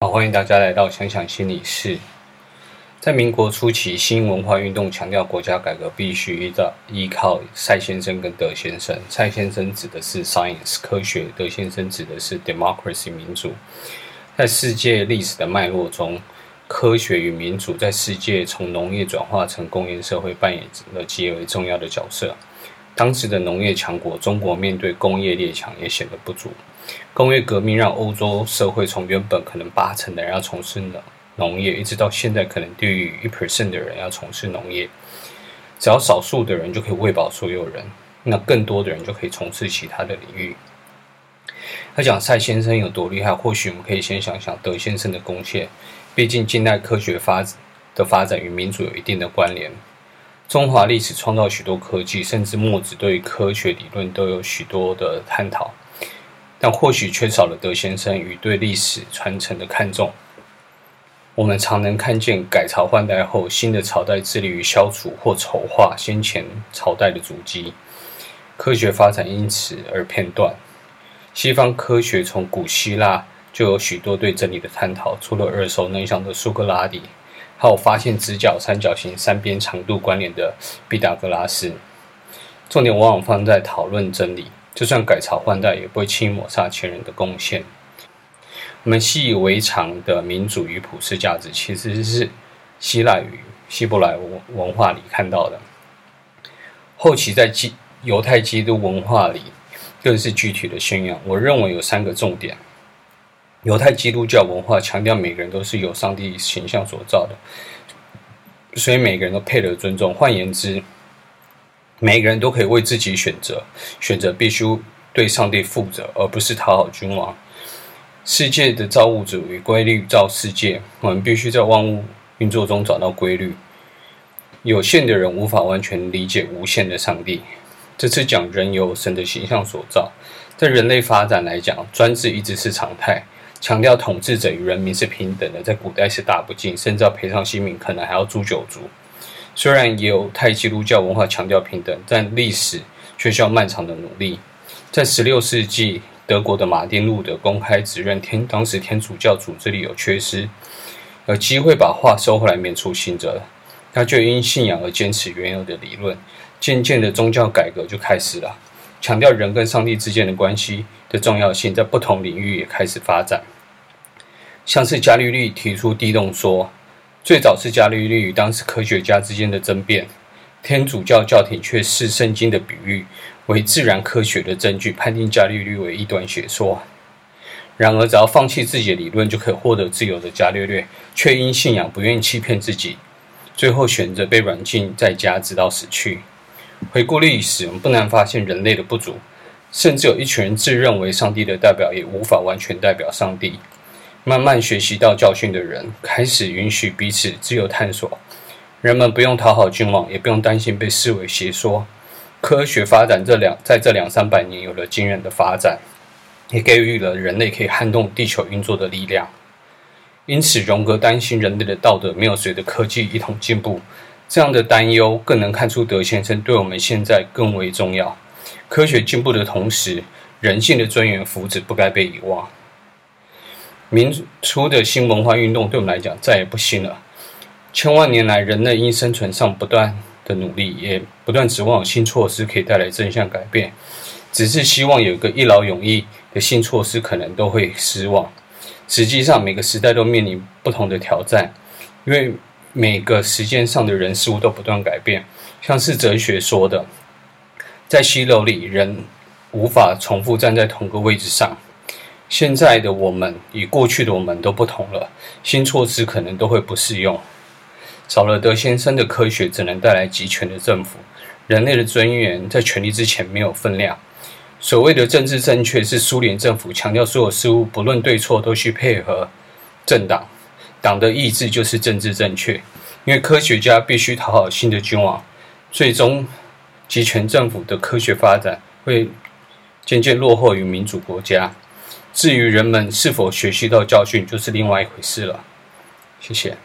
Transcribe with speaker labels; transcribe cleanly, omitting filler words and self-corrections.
Speaker 1: 好，欢迎大家来到想想心理室。在民国初期，新文化运动强调国家改革必须依靠赛先生跟德先生。赛先生指的是 science 科学，德先生指的是 democracy 民主。在世界历史的脉络中，科学与民主在世界从农业转化成工业社会扮演了极为重要的角色。当时的农业强国中国面对工业列强也显得不足。工业革命让欧洲社会从原本可能80%的人要从事农业，一直到现在可能低于1% 的人要从事农业。只要少数的人就可以喂饱所有人，那更多的人就可以从事其他的领域。要讲赛先生有多厉害，或许我们可以先想想德先生的贡献。毕竟近代科学的发展与民主有一定的关联。中华历史创造许多科技，甚至墨子对于科学理论都有许多的探讨，但或许缺少了德先生与对历史传承的看重。我们常能看见改朝换代后，新的朝代致力于消除或丑化先前朝代的足迹，科学发展因此而片段。西方科学从古希腊就有许多对真理的探讨，除了耳熟能详的苏格拉底，还有发现直角三角形三边长度关联的毕达哥拉斯。重点往往放在讨论真理，就算改朝换代也不会轻易抹杀前人的贡献。我们习以为常的民主与普世价值，其实是希腊与希伯来文化里看到的。后期在犹太基督文化里更是具体的宣扬。我认为有3个重点。犹太基督教文化强调每个人都是由上帝形象所造的，所以每个人都配得尊重。换言之，每个人都可以为自己选择，选择必须对上帝负责，而不是讨好君王。世界的造物主与规律造世界，我们必须在万物运作中找到规律。有限的人无法完全理解无限的上帝。这次讲人由神的形象所造，在人类发展来讲，专制一直是常态。强调统治者与人民是平等的，在古代是大不敬，甚至要赔上性命，可能还要诛九族。虽然犹太基督教文化强调平等，但历史却需要漫长的努力。在16世纪，德国的马丁路德公开指认当时天主教组织里有缺失，有机会把话收回来免除刑责，他就因信仰而坚持原有的理论。渐渐的宗教改革就开始了，强调人跟上帝之间的关系的重要性，在不同领域也开始发展。像是伽利略提出地动说，最早是伽利略与当时科学家之间的争辩，天主教教廷却视圣经的比喻为自然科学的证据，判定伽利略为异端学说。然而只要放弃自己的理论就可以获得自由的伽利略，却因信仰不愿意欺骗自己，最后选择被软禁在家直到死去。回顾历史，我们不难发现人类的不足，甚至有一群人自认为上帝的代表，也无法完全代表上帝。慢慢学习到教训的人，开始允许彼此自由探索。人们不用讨好君王，也不用担心被视为邪说。科学发展在这200-300年有了惊人的发展，也给予了人类可以撼动地球运作的力量。因此，荣格担心人类的道德没有随着科技一同进步。这样的担忧更能看出德先生对我们现在更为重要。科学进步的同时，人性的尊严福祉不该被遗忘。民初的新文化运动对我们来讲再也不新了。千万年来，人类因生存上不断的努力，也不断指望有新措施可以带来正向改变。只是希望有一个一劳永逸的新措施，可能都会失望。实际上，每个时代都面临不同的挑战，因为每个时间上的人事物都不断改变。像是哲学说的，在溪流里，人无法重复站在同个位置上。现在的我们与过去的我们都不同了，新措施可能都会不适用。少了德先生的科学，只能带来集权的政府。人类的尊严在权力之前没有分量。所谓的政治正确，是苏联政府强调所有事物不论对错都需配合政党，党的意志就是政治正确。因为科学家必须讨好新的君王，最终集权政府的科学发展会渐渐落后于民主国家。至于人们是否学习到教训，就是另外一回事了。谢谢。